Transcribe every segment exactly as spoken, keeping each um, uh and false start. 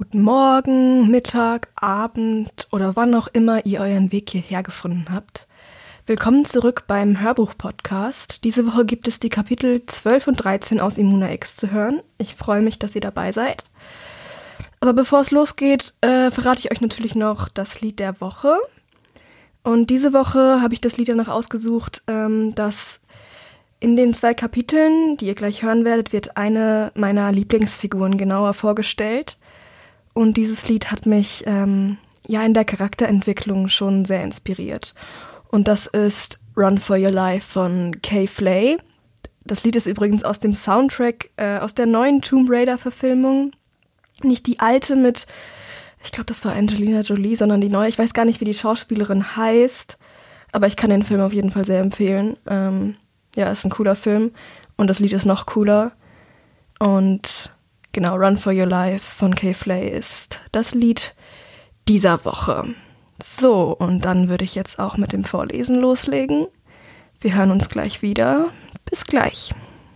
Guten Morgen, Mittag, Abend oder wann auch immer ihr euren Weg hierher gefunden habt. Willkommen zurück beim Hörbuch-Podcast. Diese Woche gibt es die Kapitel zwölf und dreizehn aus Immuna X zu hören. Ich freue mich, dass ihr dabei seid. Aber bevor es losgeht, äh, verrate ich euch natürlich noch das Lied der Woche. Und diese Woche habe ich das Lied danach ausgesucht, ähm, das in den zwei Kapiteln, die ihr gleich hören werdet, wird eine meiner Lieblingsfiguren genauer vorgestellt. Und dieses Lied hat mich ähm, ja in der Charakterentwicklung schon sehr inspiriert. Und das ist Run for Your Life von Kay Flay. Das Lied ist übrigens aus dem Soundtrack, äh, aus der neuen Tomb Raider-Verfilmung. Nicht die alte mit, ich glaube, das war Angelina Jolie, sondern die neue. Ich weiß gar nicht, wie die Schauspielerin heißt, aber ich kann den Film auf jeden Fall sehr empfehlen. Ähm, ja, ist ein cooler Film und das Lied ist noch cooler. Und genau, Run for Your Life von Kay Flay ist das Lied dieser Woche. So, und dann würde ich jetzt auch mit dem Vorlesen loslegen. Wir hören uns gleich wieder. Bis gleich.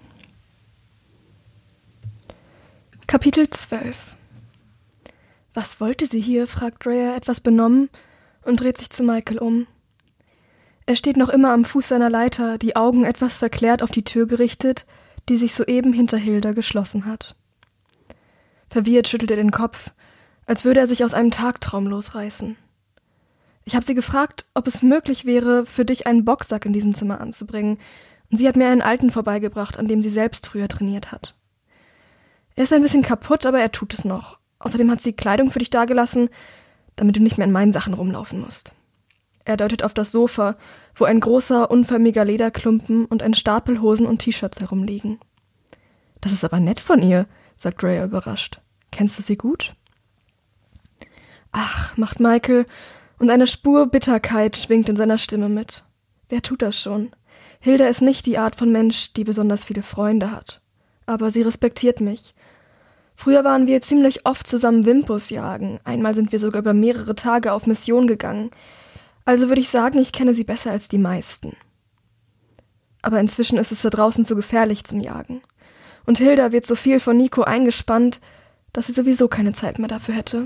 Kapitel zwölf. Was wollte sie hier? Fragt Drea etwas benommen und dreht sich zu Michael um. Er steht noch immer am Fuß seiner Leiter, die Augen etwas verklärt auf die Tür gerichtet, die sich soeben hinter Hilda geschlossen hat. Verwirrt schüttelt er den Kopf, als würde er sich aus einem Tagtraum losreißen. Ich habe sie gefragt, ob es möglich wäre, für dich einen Boxsack in diesem Zimmer anzubringen, und sie hat mir einen alten vorbeigebracht, an dem sie selbst früher trainiert hat. Er ist ein bisschen kaputt, aber er tut es noch. Außerdem hat sie Kleidung für dich dagelassen, damit du nicht mehr in meinen Sachen rumlaufen musst. Er deutet auf das Sofa, wo ein großer, unförmiger Lederklumpen und ein Stapel Hosen und T-Shirts herumliegen. Das ist aber nett von ihr, sagt Drea überrascht. Kennst du sie gut? Ach, macht Michael, und eine Spur Bitterkeit schwingt in seiner Stimme mit. Wer tut das schon? Hilda ist nicht die Art von Mensch, die besonders viele Freunde hat. Aber sie respektiert mich. Früher waren wir ziemlich oft zusammen Wimpus jagen. Einmal sind wir sogar über mehrere Tage auf Mission gegangen. Also würde ich sagen, ich kenne sie besser als die meisten. Aber inzwischen ist es da draußen zu gefährlich zum Jagen. Und Hilda wird so viel von Nico eingespannt, dass sie sowieso keine Zeit mehr dafür hätte.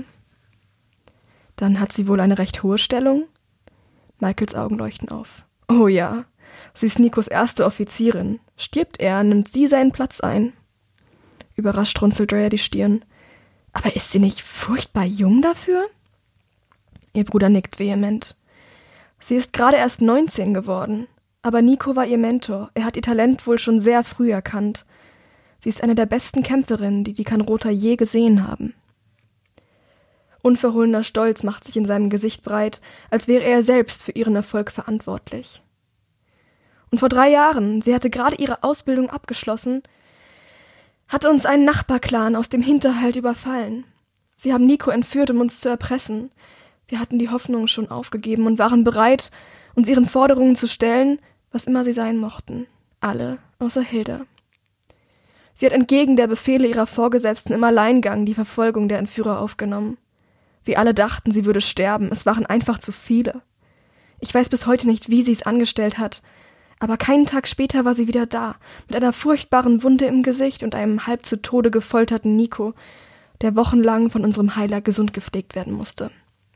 Dann hat sie wohl eine recht hohe Stellung? Michaels Augen leuchten auf. Oh ja, sie ist Nikos erste Offizierin. Stirbt er, nimmt sie seinen Platz ein. Überrascht runzelt Drea die Stirn. Aber ist sie nicht furchtbar jung dafür? Ihr Bruder nickt vehement. Sie ist gerade erst neunzehn geworden. Aber Nico war ihr Mentor. Er hat ihr Talent wohl schon sehr früh erkannt. Sie ist eine der besten Kämpferinnen, die die Kanrota je gesehen haben. Unverhohlener Stolz macht sich in seinem Gesicht breit, als wäre er selbst für ihren Erfolg verantwortlich. Und vor drei Jahren, sie hatte gerade ihre Ausbildung abgeschlossen, hatte uns ein Nachbarclan aus dem Hinterhalt überfallen. Sie haben Nico entführt, um uns zu erpressen. Wir hatten die Hoffnung schon aufgegeben und waren bereit, uns ihren Forderungen zu stellen, was immer sie sein mochten. Alle, außer Hilda. Sie hat entgegen der Befehle ihrer Vorgesetzten im Alleingang die Verfolgung der Entführer aufgenommen. Wir alle dachten, sie würde sterben. Es waren einfach zu viele. Ich weiß bis heute nicht, wie sie es angestellt hat, aber keinen Tag später war sie wieder da, mit einer furchtbaren Wunde im Gesicht und einem halb zu Tode gefolterten Nico, der wochenlang von unserem Heiler gesund gepflegt werden musste.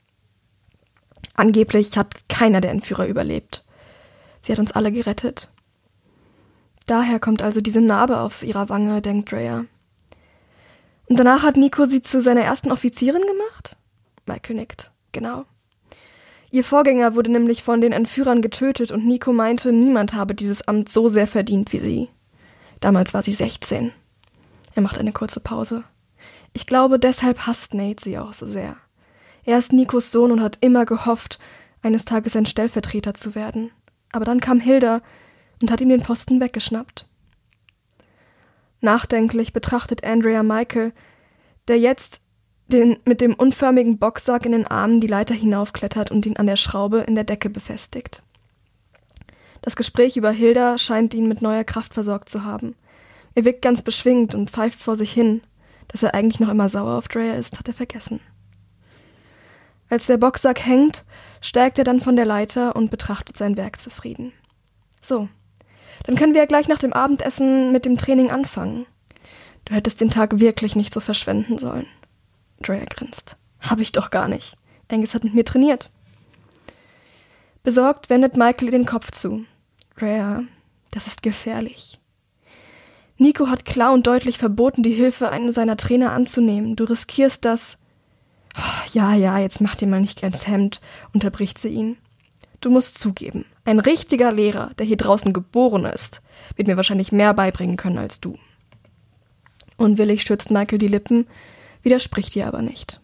Angeblich hat keiner der Entführer überlebt. Sie hat uns alle gerettet. Daher kommt also diese Narbe auf ihrer Wange, denkt Drea. Und danach hat Nico sie zu seiner ersten Offizierin gemacht? Michael nickt. Genau. Ihr Vorgänger wurde nämlich von den Entführern getötet und Nico meinte, niemand habe dieses Amt so sehr verdient wie sie. Damals war sie sechzehn. Er macht eine kurze Pause. Ich glaube, deshalb hasst Nate sie auch so sehr. Er ist Nikos Sohn und hat immer gehofft, eines Tages ein Stellvertreter zu werden. Aber dann kam Hilda und hat ihm den Posten weggeschnappt. Nachdenklich betrachtet Andrea Michael, der jetzt den, mit dem unförmigen Boxsack in den Armen die Leiter hinaufklettert und ihn an der Schraube in der Decke befestigt. Das Gespräch über Hilda scheint ihn mit neuer Kraft versorgt zu haben. Er wirkt ganz beschwingt und pfeift vor sich hin. Dass er eigentlich noch immer sauer auf Drea ist, hat er vergessen. Als der Boxsack hängt, steigt er dann von der Leiter und betrachtet sein Werk zufrieden. So, dann können wir ja gleich nach dem Abendessen mit dem Training anfangen. Du hättest den Tag wirklich nicht so verschwenden sollen. Drea grinst. Hab ich doch gar nicht. Angus hat mit mir trainiert. Besorgt wendet Michael ihr den Kopf zu. Drea, das ist gefährlich. Nico hat klar und deutlich verboten, die Hilfe eines seiner Trainer anzunehmen. Du riskierst das... Oh, ja, ja, jetzt mach dir mal nicht ganz Hemd, unterbricht sie ihn. Du musst zugeben, ein richtiger Lehrer, der hier draußen geboren ist, wird mir wahrscheinlich mehr beibringen können als du. Unwillig stürzt Michael die Lippen, widerspricht ihr aber nicht.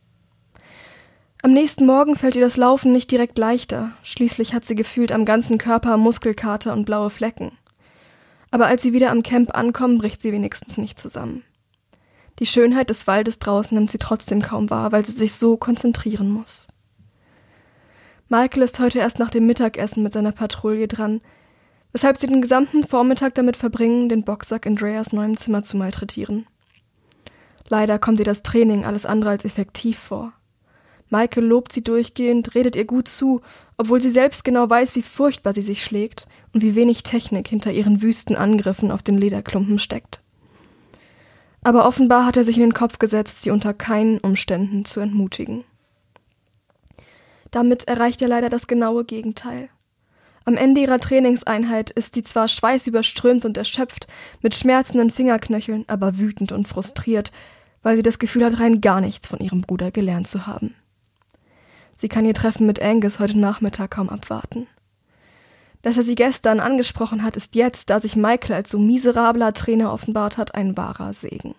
Am nächsten Morgen fällt ihr das Laufen nicht direkt leichter. Schließlich hat sie gefühlt am ganzen Körper Muskelkater und blaue Flecken. Aber als sie wieder am Camp ankommen, bricht sie wenigstens nicht zusammen. Die Schönheit des Waldes draußen nimmt sie trotzdem kaum wahr, weil sie sich so konzentrieren muss. Michael ist heute erst nach dem Mittagessen mit seiner Patrouille dran, weshalb sie den gesamten Vormittag damit verbringen, den Boxsack in Dreas neuem Zimmer zu malträtieren. Leider kommt ihr das Training alles andere als effektiv vor. Michael lobt sie durchgehend, redet ihr gut zu, obwohl sie selbst genau weiß, wie furchtbar sie sich schlägt und wie wenig Technik hinter ihren wüsten Angriffen auf den Lederklumpen steckt. Aber offenbar hat er sich in den Kopf gesetzt, sie unter keinen Umständen zu entmutigen. Damit erreicht er leider das genaue Gegenteil. Am Ende ihrer Trainingseinheit ist sie zwar schweißüberströmt und erschöpft, mit schmerzenden Fingerknöcheln, aber wütend und frustriert, weil sie das Gefühl hat, rein gar nichts von ihrem Bruder gelernt zu haben. Sie kann ihr Treffen mit Angus heute Nachmittag kaum abwarten. Dass er sie gestern angesprochen hat, ist jetzt, da sich Michael als so miserabler Trainer offenbart hat, ein wahrer Segen.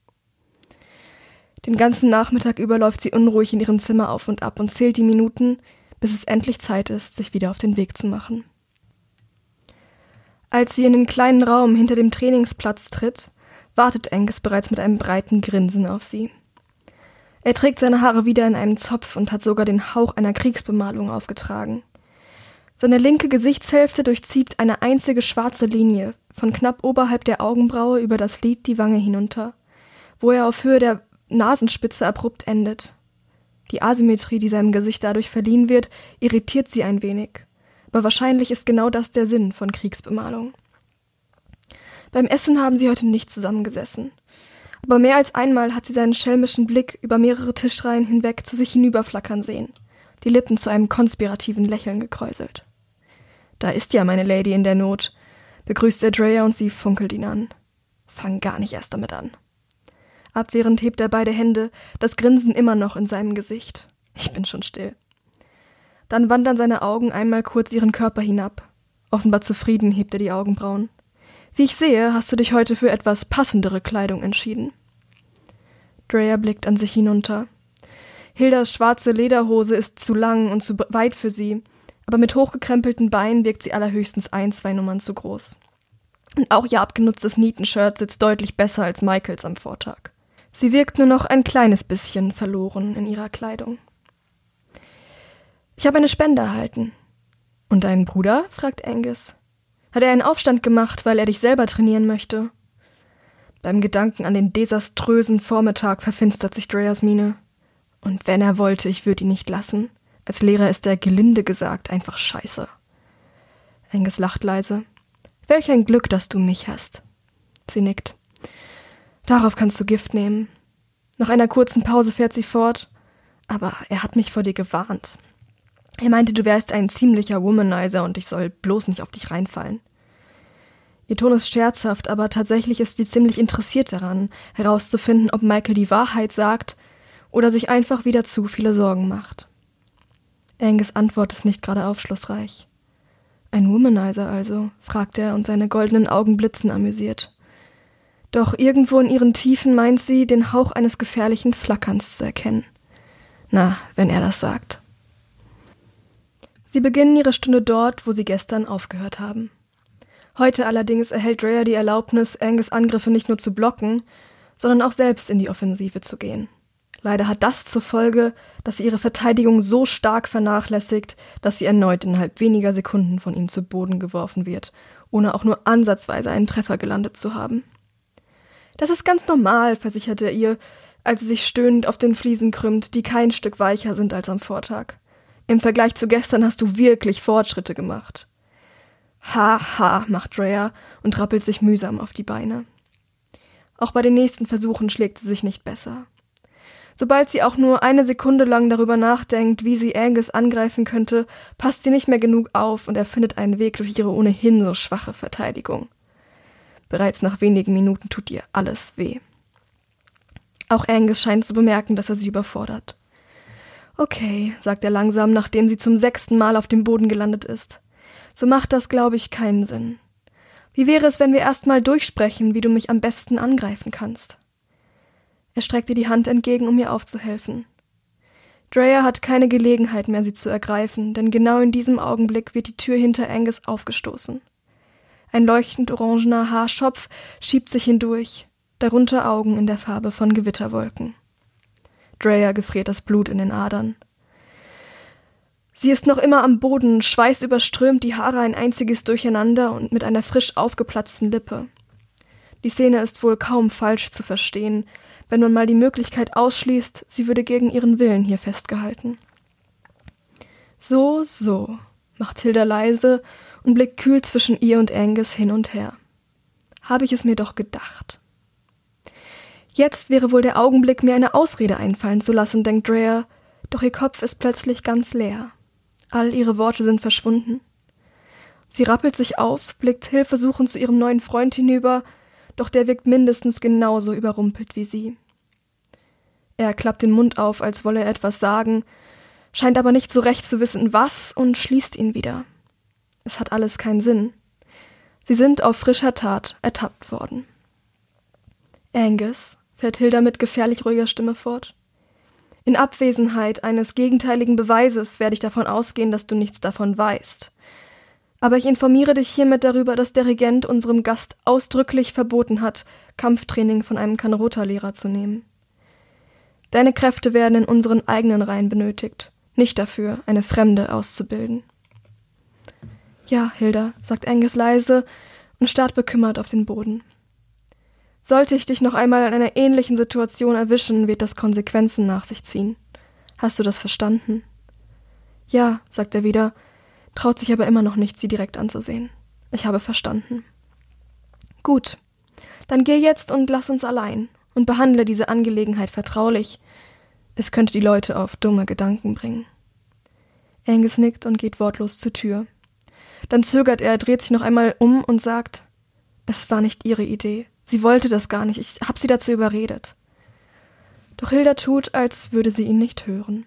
Den ganzen Nachmittag über läuft sie unruhig in ihrem Zimmer auf und ab und zählt die Minuten, bis es endlich Zeit ist, sich wieder auf den Weg zu machen. Als sie in den kleinen Raum hinter dem Trainingsplatz tritt, wartet Angus bereits mit einem breiten Grinsen auf sie. Er trägt seine Haare wieder in einem Zopf und hat sogar den Hauch einer Kriegsbemalung aufgetragen. Seine linke Gesichtshälfte durchzieht eine einzige schwarze Linie, von knapp oberhalb der Augenbraue über das Lid die Wange hinunter, wo er auf Höhe der Nasenspitze abrupt endet. Die Asymmetrie, die seinem Gesicht dadurch verliehen wird, irritiert sie ein wenig, aber wahrscheinlich ist genau das der Sinn von Kriegsbemalung. Beim Essen haben sie heute nicht zusammengesessen. Aber mehr als einmal hat sie seinen schelmischen Blick über mehrere Tischreihen hinweg zu sich hinüberflackern sehen, die Lippen zu einem konspirativen Lächeln gekräuselt. »Da ist ja meine Lady in der Not«, begrüßt er Drea und sie funkelt ihn an. »Fang gar nicht erst damit an.« Abwehrend hebt er beide Hände, das Grinsen immer noch in seinem Gesicht. Ich bin schon still. Dann wandern seine Augen einmal kurz ihren Körper hinab. Offenbar zufrieden hebt er die Augenbrauen. »Wie ich sehe, hast du dich heute für etwas passendere Kleidung entschieden.« Drea blickt an sich hinunter. Hildas schwarze Lederhose ist zu lang und zu weit für sie, aber mit hochgekrempelten Beinen wirkt sie allerhöchstens ein, zwei Nummern zu groß. Und auch ihr abgenutztes Nietenshirt sitzt deutlich besser als Michaels am Vortag. Sie wirkt nur noch ein kleines bisschen verloren in ihrer Kleidung. »Ich habe eine Spende erhalten.« »Und deinen Bruder?« fragt Angus. »Hat er einen Aufstand gemacht, weil er dich selber trainieren möchte?« Beim Gedanken an den desaströsen Vormittag verfinstert sich Dreas Miene. Und wenn er wollte, ich würde ihn nicht lassen. Als Lehrer ist er, gelinde gesagt, einfach scheiße. Angus lacht leise. »Welch ein Glück, dass du mich hast.« Sie nickt. »Darauf kannst du Gift nehmen.« Nach einer kurzen Pause fährt sie fort. »Aber er hat mich vor dir gewarnt. Er meinte, du wärst ein ziemlicher Womanizer und ich soll bloß nicht auf dich reinfallen.« Ihr Ton ist scherzhaft, aber tatsächlich ist sie ziemlich interessiert daran, herauszufinden, ob Michael die Wahrheit sagt oder sich einfach wieder zu viele Sorgen macht. Angus' Antwort ist nicht gerade aufschlussreich. »Ein Womanizer also?« fragt er und seine goldenen Augen blitzen amüsiert. Doch irgendwo in ihren Tiefen meint sie, den Hauch eines gefährlichen Flackerns zu erkennen. Na, wenn er das sagt. Sie beginnen ihre Stunde dort, wo sie gestern aufgehört haben. Heute allerdings erhält Drea die Erlaubnis, Angus' Angriffe nicht nur zu blocken, sondern auch selbst in die Offensive zu gehen. Leider hat das zur Folge, dass sie ihre Verteidigung so stark vernachlässigt, dass sie erneut innerhalb weniger Sekunden von ihm zu Boden geworfen wird, ohne auch nur ansatzweise einen Treffer gelandet zu haben. »Das ist ganz normal«, versichert er ihr, als sie sich stöhnend auf den Fliesen krümmt, die kein Stück weicher sind als am Vortag. »Im Vergleich zu gestern hast du wirklich Fortschritte gemacht.« »Ha, ha«, macht Drea und rappelt sich mühsam auf die Beine. Auch bei den nächsten Versuchen schlägt sie sich nicht besser. Sobald sie auch nur eine Sekunde lang darüber nachdenkt, wie sie Angus angreifen könnte, passt sie nicht mehr genug auf und er findet einen Weg durch ihre ohnehin so schwache Verteidigung. Bereits nach wenigen Minuten tut ihr alles weh. Auch Angus scheint zu bemerken, dass er sie überfordert. »Okay«, sagt er langsam, nachdem sie zum sechsten Mal auf dem Boden gelandet ist. »So macht das, glaube ich, keinen Sinn. Wie wäre es, wenn wir erst mal durchsprechen, wie du mich am besten angreifen kannst?« Er streckt ihr die Hand entgegen, um ihr aufzuhelfen. Drea hat keine Gelegenheit mehr, sie zu ergreifen, denn genau in diesem Augenblick wird die Tür hinter Angus aufgestoßen. Ein leuchtend orangener Haarschopf schiebt sich hindurch, darunter Augen in der Farbe von Gewitterwolken. Drea gefriert das Blut in den Adern. Sie ist noch immer am Boden, schweißüberströmt, die Haare ein einziges Durcheinander und mit einer frisch aufgeplatzten Lippe. Die Szene ist wohl kaum falsch zu verstehen, wenn man mal die Möglichkeit ausschließt, sie würde gegen ihren Willen hier festgehalten. »So, so«, macht Hilda leise und blickt kühl zwischen ihr und Angus hin und her. »Habe ich es mir doch gedacht.« Jetzt wäre wohl der Augenblick, mir eine Ausrede einfallen zu lassen, denkt Drea, doch ihr Kopf ist plötzlich ganz leer. All ihre Worte sind verschwunden. Sie rappelt sich auf, blickt hilfesuchend zu ihrem neuen Freund hinüber, doch der wirkt mindestens genauso überrumpelt wie sie. Er klappt den Mund auf, als wolle er etwas sagen, scheint aber nicht so recht zu wissen, was, und schließt ihn wieder. Es hat alles keinen Sinn. Sie sind auf frischer Tat ertappt worden. »Angus«, fährt Hilda mit gefährlich ruhiger Stimme fort, »in Abwesenheit eines gegenteiligen Beweises werde ich davon ausgehen, dass du nichts davon weißt. Aber ich informiere dich hiermit darüber, dass der Regent unserem Gast ausdrücklich verboten hat, Kampftraining von einem Kanrota-Lehrer zu nehmen. Deine Kräfte werden in unseren eigenen Reihen benötigt, nicht dafür, eine Fremde auszubilden.« »Ja, Hilda«, sagt Angus leise und starrt bekümmert auf den Boden. »Sollte ich dich noch einmal in einer ähnlichen Situation erwischen, wird das Konsequenzen nach sich ziehen. Hast du das verstanden?« »Ja«, sagt er wieder, traut sich aber immer noch nicht, sie direkt anzusehen. »Ich habe verstanden.« »Gut, dann geh jetzt und lass uns allein und behandle diese Angelegenheit vertraulich. Es könnte die Leute auf dumme Gedanken bringen.« Angus nickt und geht wortlos zur Tür. Dann zögert er, dreht sich noch einmal um und sagt, »Es war nicht ihre Idee. Sie wollte das gar nicht. Ich habe sie dazu überredet.« Doch Hilda tut, als würde sie ihn nicht hören.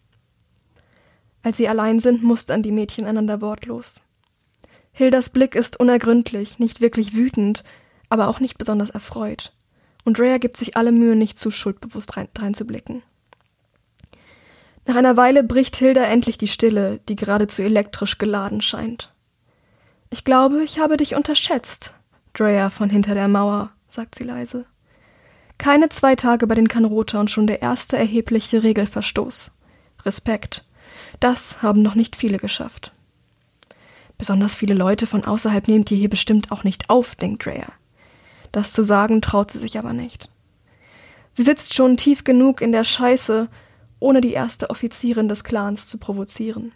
Als sie allein sind, mustern die Mädchen einander wortlos. Hildas Blick ist unergründlich, nicht wirklich wütend, aber auch nicht besonders erfreut. Und Drea gibt sich alle Mühe, nicht zu schuldbewusst rein, reinzublicken. Nach einer Weile bricht Hilda endlich die Stille, die geradezu elektrisch geladen scheint. »Ich glaube, ich habe dich unterschätzt, Drea von hinter der Mauer«, sagt sie leise. »Keine zwei Tage bei den Kanrota und schon der erste erhebliche Regelverstoß. Respekt. Das haben noch nicht viele geschafft.« »Besonders viele Leute von außerhalb nehmt ihr hier bestimmt auch nicht auf«, denkt Drea. Das zu sagen traut sie sich aber nicht. Sie sitzt schon tief genug in der Scheiße, ohne die erste Offizierin des Clans zu provozieren.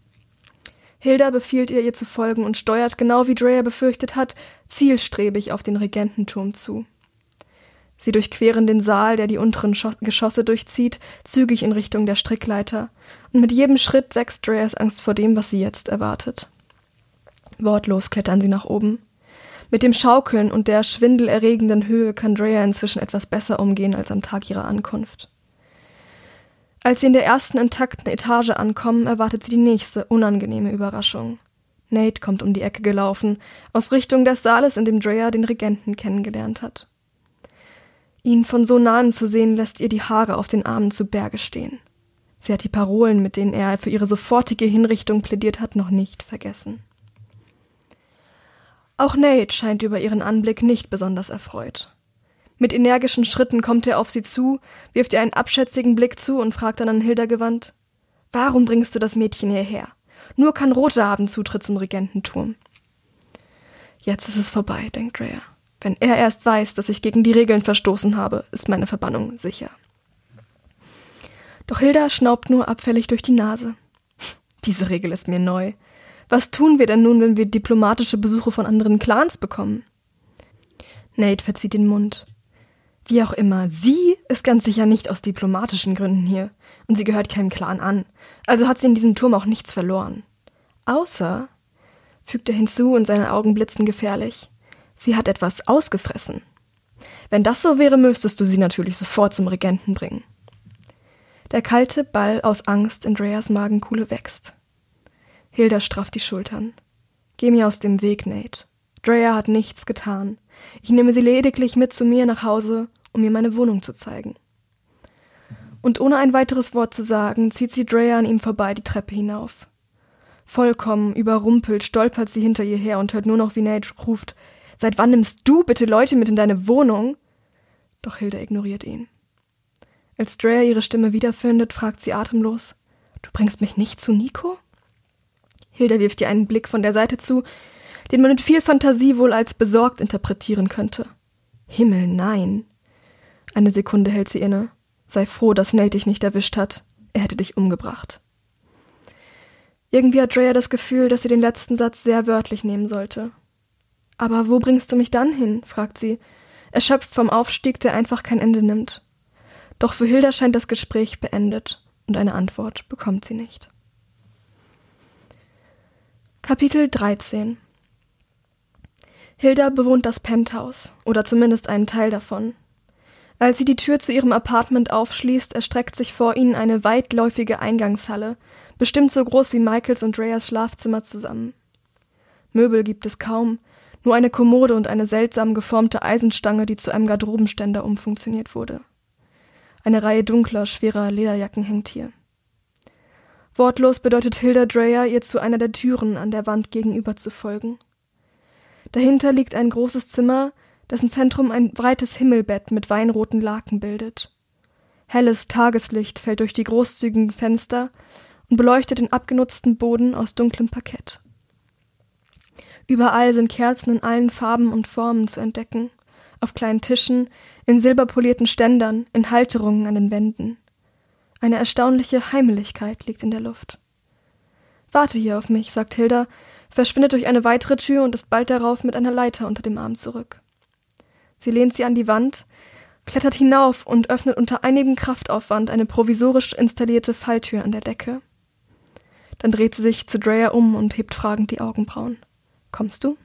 Hilda befiehlt ihr, ihr zu folgen und steuert, genau wie Drea befürchtet hat, zielstrebig auf den Regententurm zu. Sie durchqueren den Saal, der die unteren Scho- Geschosse durchzieht, zügig in Richtung der Strickleiter, und mit jedem Schritt wächst Dreas Angst vor dem, was sie jetzt erwartet. Wortlos klettern sie nach oben. Mit dem Schaukeln und der schwindelerregenden Höhe kann Drea inzwischen etwas besser umgehen als am Tag ihrer Ankunft. Als sie in der ersten intakten Etage ankommen, erwartet sie die nächste, unangenehme Überraschung. Nate kommt um die Ecke gelaufen, aus Richtung des Saales, in dem Drea den Regenten kennengelernt hat. Ihn von so nahen zu sehen, lässt ihr die Haare auf den Armen zu Berge stehen. Sie hat die Parolen, mit denen er für ihre sofortige Hinrichtung plädiert hat, noch nicht vergessen. Auch Nate scheint über ihren Anblick nicht besonders erfreut. Mit energischen Schritten kommt er auf sie zu, wirft ihr einen abschätzigen Blick zu und fragt dann an Hilda gewandt, »Warum bringst du das Mädchen hierher? Nur Kanrota haben Zutritt zum Regententurm.« Jetzt ist es vorbei, denkt Drea. Wenn er erst weiß, dass ich gegen die Regeln verstoßen habe, ist meine Verbannung sicher. Doch Hilda schnaubt nur abfällig durch die Nase. Diese Regel ist mir neu. Was tun wir denn nun, wenn wir diplomatische Besuche von anderen Clans bekommen? Nate verzieht den Mund. Wie auch immer, sie ist ganz sicher nicht aus diplomatischen Gründen hier und sie gehört keinem Clan an, also hat sie in diesem Turm auch nichts verloren. Außer, fügt er hinzu und seine Augen blitzen gefährlich, sie hat etwas ausgefressen. Wenn das so wäre, müsstest du sie natürlich sofort zum Regenten bringen. Der kalte Ball aus Angst in Dreyas Magenkuhle wächst. Hilda strafft die Schultern. Geh mir aus dem Weg, Nate. Dreya hat nichts getan. Ich nehme sie lediglich mit zu mir nach Hause, um ihr meine Wohnung zu zeigen. Und ohne ein weiteres Wort zu sagen, zieht sie Dreya an ihm vorbei die Treppe hinauf. Vollkommen überrumpelt stolpert sie hinter ihr her und hört nur noch, wie Nate ruft, »Seit wann nimmst du bitte Leute mit in deine Wohnung?« Doch Hilda ignoriert ihn. Als Dreya ihre Stimme wiederfindet, fragt sie atemlos, »Du bringst mich nicht zu Nico?« Hilda wirft ihr einen Blick von der Seite zu, den man mit viel Fantasie wohl als besorgt interpretieren könnte. Himmel, nein. Eine Sekunde hält sie inne. Sei froh, dass Nate dich nicht erwischt hat. Er hätte dich umgebracht. Irgendwie hat Dreya das Gefühl, dass sie den letzten Satz sehr wörtlich nehmen sollte. »Aber wo bringst du mich dann hin?« fragt sie, erschöpft vom Aufstieg, der einfach kein Ende nimmt. Doch für Hilda scheint das Gespräch beendet und eine Antwort bekommt sie nicht. Kapitel dreizehn. Hilda bewohnt das Penthouse, oder zumindest einen Teil davon. Als sie die Tür zu ihrem Apartment aufschließt, erstreckt sich vor ihnen eine weitläufige Eingangshalle, bestimmt so groß wie Michaels und Dreyas Schlafzimmer zusammen. Möbel gibt es kaum, nur eine Kommode und eine seltsam geformte Eisenstange, die zu einem Garderobenständer umfunktioniert wurde. Eine Reihe dunkler, schwerer Lederjacken hängt hier. Wortlos bedeutet Hilda Dreya, ihr zu einer der Türen an der Wand gegenüber zu folgen. Dahinter liegt ein großes Zimmer, dessen Zentrum ein breites Himmelbett mit weinroten Laken bildet. Helles Tageslicht fällt durch die großzügigen Fenster und beleuchtet den abgenutzten Boden aus dunklem Parkett. Überall sind Kerzen in allen Farben und Formen zu entdecken, auf kleinen Tischen, in silberpolierten Ständern, in Halterungen an den Wänden. Eine erstaunliche Heimeligkeit liegt in der Luft. »Warte hier auf mich«, sagt Hilda, verschwindet durch eine weitere Tür und ist bald darauf mit einer Leiter unter dem Arm zurück. Sie lehnt sie an die Wand, klettert hinauf und öffnet unter einigem Kraftaufwand eine provisorisch installierte Falltür an der Decke. Dann dreht sie sich zu Dreya um und hebt fragend die Augenbrauen. »Kommst du?«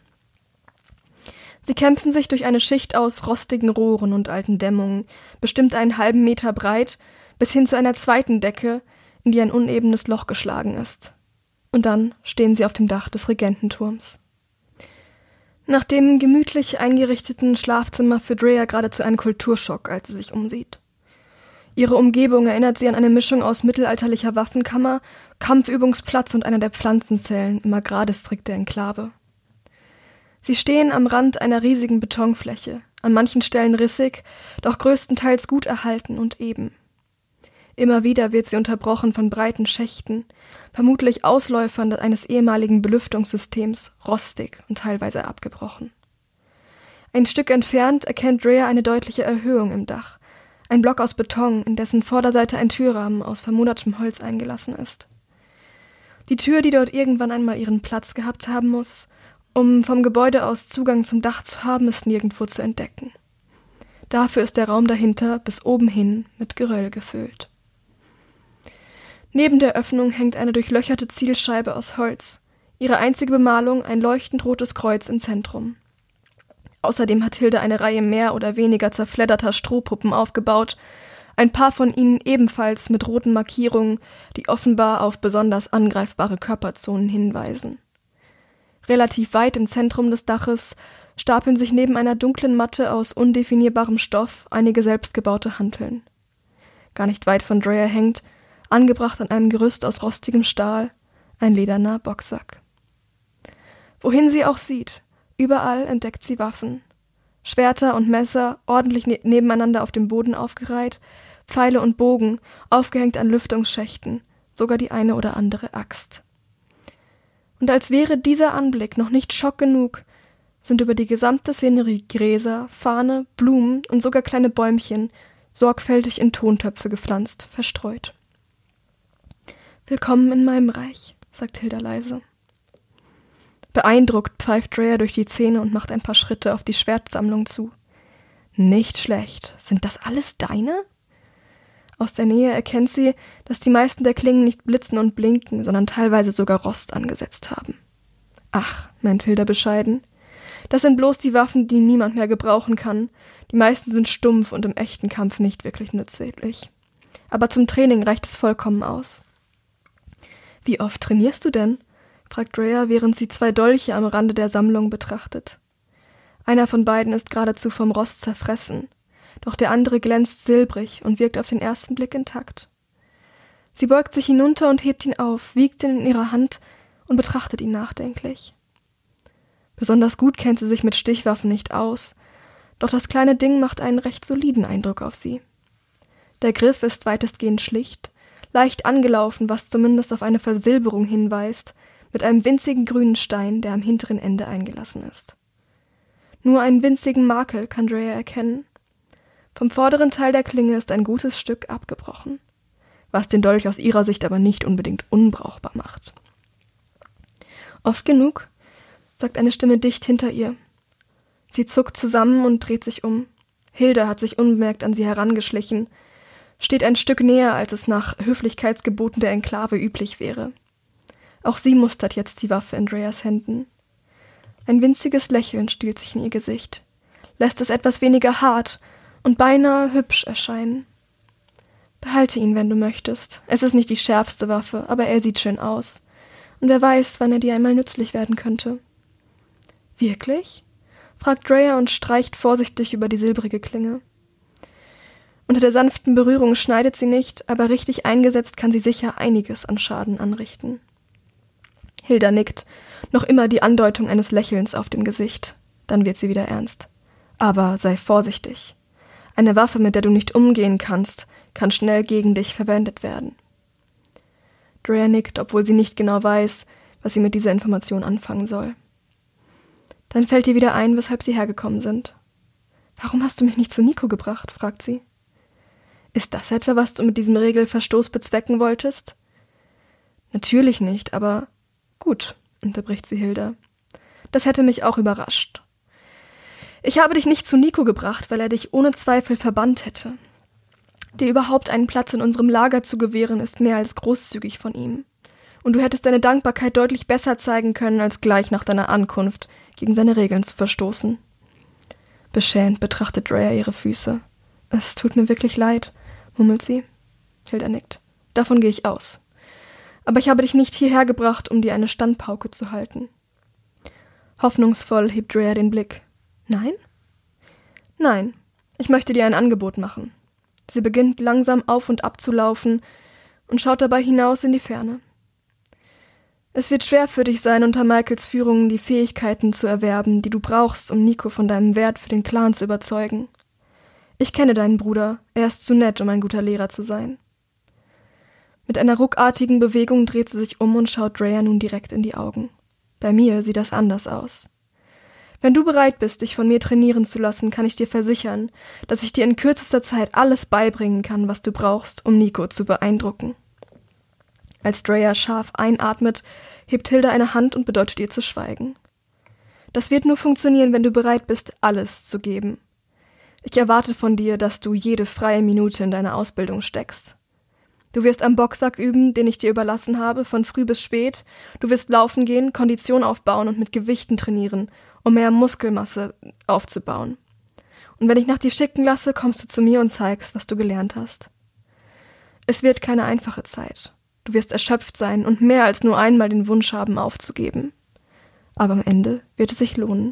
Sie kämpfen sich durch eine Schicht aus rostigen Rohren und alten Dämmungen, bestimmt einen halben Meter breit, bis hin zu einer zweiten Decke, in die ein unebenes Loch geschlagen ist. Und dann stehen sie auf dem Dach des Regententurms. Nach dem gemütlich eingerichteten Schlafzimmer für Dreya geradezu ein Kulturschock, als sie sich umsieht. Ihre Umgebung erinnert sie an eine Mischung aus mittelalterlicher Waffenkammer, Kampfübungsplatz und einer der Pflanzenzellen im Agrardistrikt der Enklave. Sie stehen am Rand einer riesigen Betonfläche, an manchen Stellen rissig, doch größtenteils gut erhalten und eben. Immer wieder wird sie unterbrochen von breiten Schächten, vermutlich Ausläufern eines ehemaligen Belüftungssystems, rostig und teilweise abgebrochen. Ein Stück entfernt erkennt Dreya eine deutliche Erhöhung im Dach, ein Block aus Beton, in dessen Vorderseite ein Türrahmen aus vermodertem Holz eingelassen ist. Die Tür, die dort irgendwann einmal ihren Platz gehabt haben muss, um vom Gebäude aus Zugang zum Dach zu haben, ist nirgendwo zu entdecken. Dafür ist der Raum dahinter bis oben hin mit Geröll gefüllt. Neben der Öffnung hängt eine durchlöcherte Zielscheibe aus Holz, ihre einzige Bemalung ein leuchtend rotes Kreuz im Zentrum. Außerdem hat Hilda eine Reihe mehr oder weniger zerfledderter Strohpuppen aufgebaut, ein paar von ihnen ebenfalls mit roten Markierungen, die offenbar auf besonders angreifbare Körperzonen hinweisen. Relativ weit im Zentrum des Daches stapeln sich neben einer dunklen Matte aus undefinierbarem Stoff einige selbstgebaute Hanteln. Gar nicht weit von Dreya hängt, angebracht an einem Gerüst aus rostigem Stahl, ein lederner Boxsack. Wohin sie auch sieht, überall entdeckt sie Waffen. Schwerter und Messer, ordentlich ne- nebeneinander auf dem Boden aufgereiht, Pfeile und Bogen, aufgehängt an Lüftungsschächten, sogar die eine oder andere Axt. Und als wäre dieser Anblick noch nicht Schock genug, sind über die gesamte Szenerie Gräser, Farne, Blumen und sogar kleine Bäumchen, sorgfältig in Tontöpfe gepflanzt, verstreut. »Willkommen in meinem Reich«, sagt Hilda leise. Beeindruckt pfeift Dreya durch die Zähne und macht ein paar Schritte auf die Schwertsammlung zu. Nicht schlecht. Sind das alles deine? Aus der Nähe erkennt sie, dass die meisten der Klingen nicht blitzen und blinken, sondern teilweise sogar Rost angesetzt haben. Ach, meint Hilda bescheiden, das sind bloß die Waffen, die niemand mehr gebrauchen kann. Die meisten sind stumpf und im echten Kampf nicht wirklich nützlich. Aber zum Training reicht es vollkommen aus. Wie oft trainierst du denn? Fragt Rhea, während sie zwei Dolche am Rande der Sammlung betrachtet. Einer von beiden ist geradezu vom Rost zerfressen, doch der andere glänzt silbrig und wirkt auf den ersten Blick intakt. Sie beugt sich hinunter und hebt ihn auf, wiegt ihn in ihrer Hand und betrachtet ihn nachdenklich. Besonders gut kennt sie sich mit Stichwaffen nicht aus, doch das kleine Ding macht einen recht soliden Eindruck auf sie. Der Griff ist weitestgehend schlicht, leicht angelaufen, was zumindest auf eine Versilberung hinweist, mit einem winzigen grünen Stein, der am hinteren Ende eingelassen ist. Nur einen winzigen Makel kann Rhea erkennen. Vom vorderen Teil der Klinge ist ein gutes Stück abgebrochen, was den Dolch aus ihrer Sicht aber nicht unbedingt unbrauchbar macht. Oft genug, sagt eine Stimme dicht hinter ihr. Sie zuckt zusammen und dreht sich um. Hilda hat sich unbemerkt an sie herangeschlichen, steht ein Stück näher, als es nach Höflichkeitsgeboten der Enklave üblich wäre. Auch sie mustert jetzt die Waffe in Rheas Händen. Ein winziges Lächeln stiehlt sich in ihr Gesicht, lässt es etwas weniger hart und beinahe hübsch erscheinen. Behalte ihn, wenn du möchtest. Es ist nicht die schärfste Waffe, aber er sieht schön aus. Und wer weiß, wann er dir einmal nützlich werden könnte. Wirklich? Fragt Rhea und streicht vorsichtig über die silbrige Klinge. Unter der sanften Berührung schneidet sie nicht, aber richtig eingesetzt kann sie sicher einiges an Schaden anrichten. Hilda nickt, noch immer die Andeutung eines Lächelns auf dem Gesicht. Dann wird sie wieder ernst. Aber sei vorsichtig. Eine Waffe, mit der du nicht umgehen kannst, kann schnell gegen dich verwendet werden. Rhea nickt, obwohl sie nicht genau weiß, was sie mit dieser Information anfangen soll. Dann fällt ihr wieder ein, weshalb sie hergekommen sind. »Warum hast du mich nicht zu Nico gebracht?« fragt sie. »Ist das etwa, was du mit diesem Regelverstoß bezwecken wolltest?« »Natürlich nicht, aber gut«, unterbricht sie Hilda. »Das hätte mich auch überrascht. Ich habe dich nicht zu Nico gebracht, weil er dich ohne Zweifel verbannt hätte. Dir überhaupt einen Platz in unserem Lager zu gewähren, ist mehr als großzügig von ihm. Und du hättest deine Dankbarkeit deutlich besser zeigen können, als gleich nach deiner Ankunft gegen seine Regeln zu verstoßen.« Beschämt betrachtet Rhea ihre Füße. »Es tut mir wirklich leid«, murmelt sie. Hilda nickt. »Davon gehe ich aus. Aber ich habe dich nicht hierher gebracht, um dir eine Standpauke zu halten.« Hoffnungsvoll hebt Rhea den Blick. »Nein?« »Nein, ich möchte dir ein Angebot machen.« Sie beginnt langsam auf und ab zu laufen und schaut dabei hinaus in die Ferne. »Es wird schwer für dich sein, unter Michaels Führung die Fähigkeiten zu erwerben, die du brauchst, um Nico von deinem Wert für den Clan zu überzeugen. Ich kenne deinen Bruder, er ist zu nett, um ein guter Lehrer zu sein.« Mit einer ruckartigen Bewegung dreht sie sich um und schaut Rhea nun direkt in die Augen. Bei mir sieht das anders aus. Wenn du bereit bist, dich von mir trainieren zu lassen, kann ich dir versichern, dass ich dir in kürzester Zeit alles beibringen kann, was du brauchst, um Nico zu beeindrucken. Als Rhea scharf einatmet, hebt Hilda eine Hand und bedeutet ihr zu schweigen. Das wird nur funktionieren, wenn du bereit bist, alles zu geben. Ich erwarte von dir, dass du jede freie Minute in deine Ausbildung steckst. Du wirst am Boxsack üben, den ich dir überlassen habe, von früh bis spät. Du wirst laufen gehen, Kondition aufbauen und mit Gewichten trainieren, um mehr Muskelmasse aufzubauen. Und wenn ich nach dir schicken lasse, kommst du zu mir und zeigst, was du gelernt hast. Es wird keine einfache Zeit. Du wirst erschöpft sein und mehr als nur einmal den Wunsch haben, aufzugeben. Aber am Ende wird es sich lohnen.«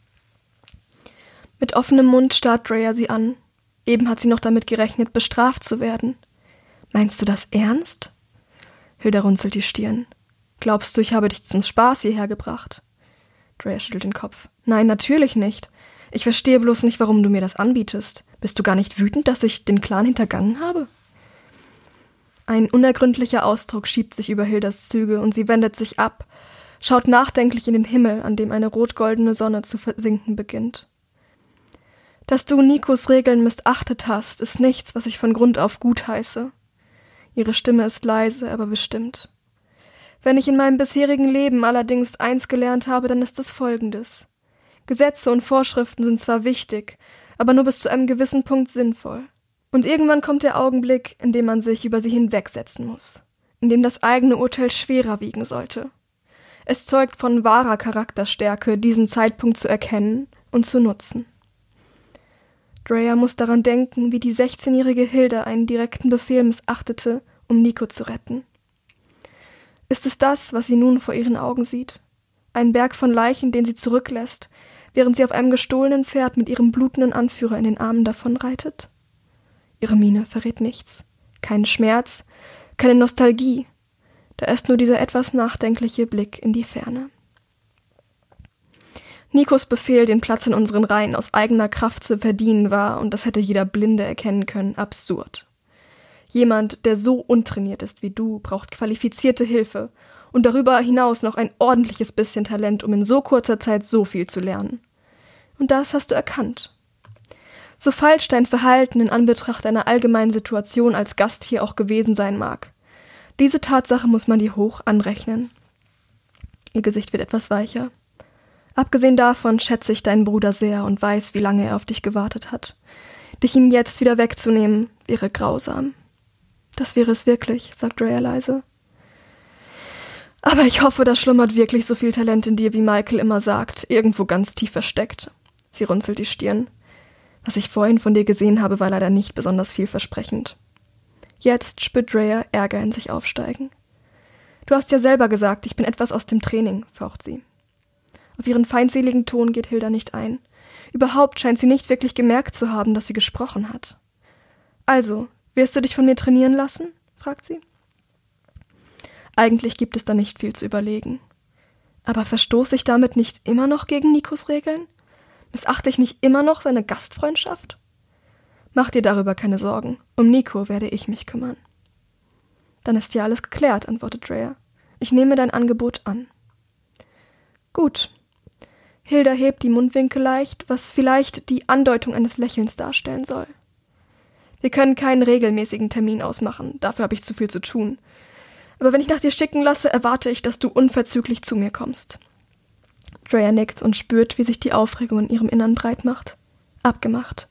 Mit offenem Mund starrt Rhea sie an. Eben hat sie noch damit gerechnet, bestraft zu werden. »Meinst du das ernst?« Hilda runzelt die Stirn. »Glaubst du, ich habe dich zum Spaß hierher gebracht?« Rhea schüttelt den Kopf. »Nein, natürlich nicht. Ich verstehe bloß nicht, warum du mir das anbietest. Bist du gar nicht wütend, dass ich den Clan hintergangen habe?« Ein unergründlicher Ausdruck schiebt sich über Hildas Züge und sie wendet sich ab, schaut nachdenklich in den Himmel, an dem eine rot-goldene Sonne zu versinken beginnt. »Dass du Nikos Regeln missachtet hast, ist nichts, was ich von Grund auf gutheiße.« Ihre Stimme ist leise, aber bestimmt. »Wenn ich in meinem bisherigen Leben allerdings eins gelernt habe, dann ist es Folgendes. Gesetze und Vorschriften sind zwar wichtig, aber nur bis zu einem gewissen Punkt sinnvoll. Und irgendwann kommt der Augenblick, in dem man sich über sie hinwegsetzen muss, in dem das eigene Urteil schwerer wiegen sollte. Es zeugt von wahrer Charakterstärke, diesen Zeitpunkt zu erkennen und zu nutzen. Drea muss daran denken, wie die sechzehnjährige Hilda einen direkten Befehl missachtete, um Nico zu retten. Ist es das, was sie nun vor ihren Augen sieht? Ein Berg von Leichen, den sie zurücklässt, während sie auf einem gestohlenen Pferd mit ihrem blutenden Anführer in den Armen davonreitet? Ihre Miene verrät nichts. Keinen Schmerz, keine Nostalgie. Da ist nur dieser etwas nachdenkliche Blick in die Ferne. Nikos Befehl, den Platz in unseren Reihen aus eigener Kraft zu verdienen, war, und das hätte jeder Blinde erkennen können, absurd. Jemand, der so untrainiert ist wie du, braucht qualifizierte Hilfe und darüber hinaus noch ein ordentliches bisschen Talent, um in so kurzer Zeit so viel zu lernen. Und das hast du erkannt. So falsch dein Verhalten in Anbetracht deiner allgemeinen Situation als Gast hier auch gewesen sein mag. Diese Tatsache muss man dir hoch anrechnen. Ihr Gesicht wird etwas weicher. Abgesehen davon schätze ich deinen Bruder sehr und weiß, wie lange er auf dich gewartet hat. Dich ihm jetzt wieder wegzunehmen, wäre grausam. Das wäre es wirklich, sagt Drea leise. Aber ich hoffe, da schlummert wirklich so viel Talent in dir, wie Michael immer sagt, irgendwo ganz tief versteckt. Sie runzelt die Stirn. Was ich vorhin von dir gesehen habe, war leider nicht besonders vielversprechend. Jetzt spürt Drea Ärger in sich aufsteigen. Du hast ja selber gesagt, ich bin etwas aus dem Training, faucht sie. Auf ihren feindseligen Ton geht Hilda nicht ein. Überhaupt scheint sie nicht wirklich gemerkt zu haben, dass sie gesprochen hat. Also, wirst du dich von mir trainieren lassen? Fragt sie. Eigentlich gibt es da nicht viel zu überlegen. Aber verstoße ich damit nicht immer noch gegen Nikos Regeln? Missachte ich nicht immer noch seine Gastfreundschaft? Mach dir darüber keine Sorgen. Um Nico werde ich mich kümmern. Dann ist ja alles geklärt, antwortet Drea. Ich nehme dein Angebot an. Gut. Hilda hebt die Mundwinkel leicht, was vielleicht die Andeutung eines Lächelns darstellen soll. Wir können keinen regelmäßigen Termin ausmachen, dafür habe ich zu viel zu tun. Aber wenn ich nach dir schicken lasse, erwarte ich, dass du unverzüglich zu mir kommst. Drea nickt und spürt, wie sich die Aufregung in ihrem Innern breit macht. Abgemacht.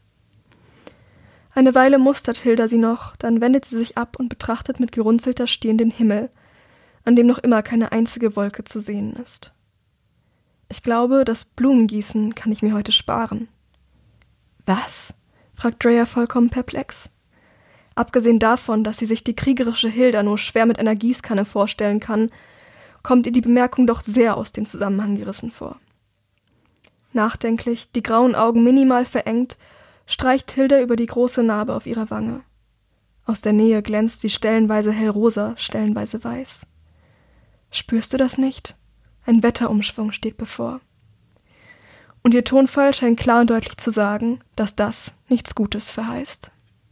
Eine Weile mustert Hilda sie noch, dann wendet sie sich ab und betrachtet mit gerunzelter Stirn den Himmel, an dem noch immer keine einzige Wolke zu sehen ist. Ich glaube, das Blumengießen kann ich mir heute sparen. Was? Fragt Drea vollkommen perplex. Abgesehen davon, dass sie sich die kriegerische Hilda nur schwer mit einer Gießkanne vorstellen kann, kommt ihr die Bemerkung doch sehr aus dem Zusammenhang gerissen vor. Nachdenklich, die grauen Augen minimal verengt, streicht Hilda über die große Narbe auf ihrer Wange. Aus der Nähe glänzt sie stellenweise hellrosa, stellenweise weiß. Spürst du das nicht? Ein Wetterumschwung steht bevor. Und ihr Tonfall scheint klar und deutlich zu sagen, dass das nichts Gutes verheißt.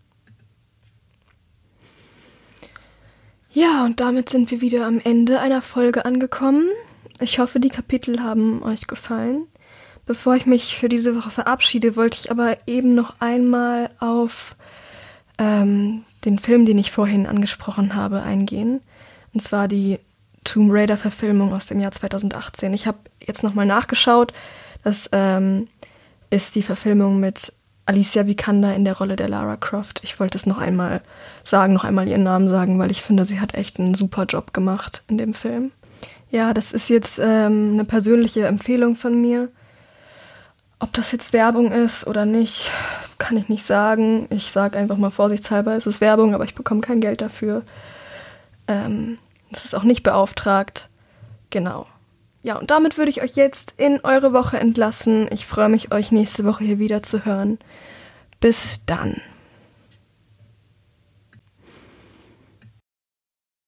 Ja, und damit sind wir wieder am Ende einer Folge angekommen. Ich hoffe, die Kapitel haben euch gefallen. Bevor ich mich für diese Woche verabschiede, wollte ich aber eben noch einmal auf ähm, den Film, den ich vorhin angesprochen habe, eingehen. Und zwar die Tomb Raider-Verfilmung aus dem Jahr zweitausendachtzehn. Ich habe jetzt nochmal nachgeschaut. Das ähm, ist die Verfilmung mit Alicia Vikander in der Rolle der Lara Croft. Ich wollte es noch einmal sagen, noch einmal ihren Namen sagen, weil ich finde, sie hat echt einen super Job gemacht in dem Film. Ja, das ist jetzt ähm, eine persönliche Empfehlung von mir. Ob das jetzt Werbung ist oder nicht, kann ich nicht sagen. Ich sage einfach mal vorsichtshalber, es ist Werbung, aber ich bekomme kein Geld dafür. Ähm, das ist auch nicht beauftragt. Genau. Ja, und damit würde ich euch jetzt in eure Woche entlassen. Ich freue mich, euch nächste Woche hier wieder zu hören. Bis dann.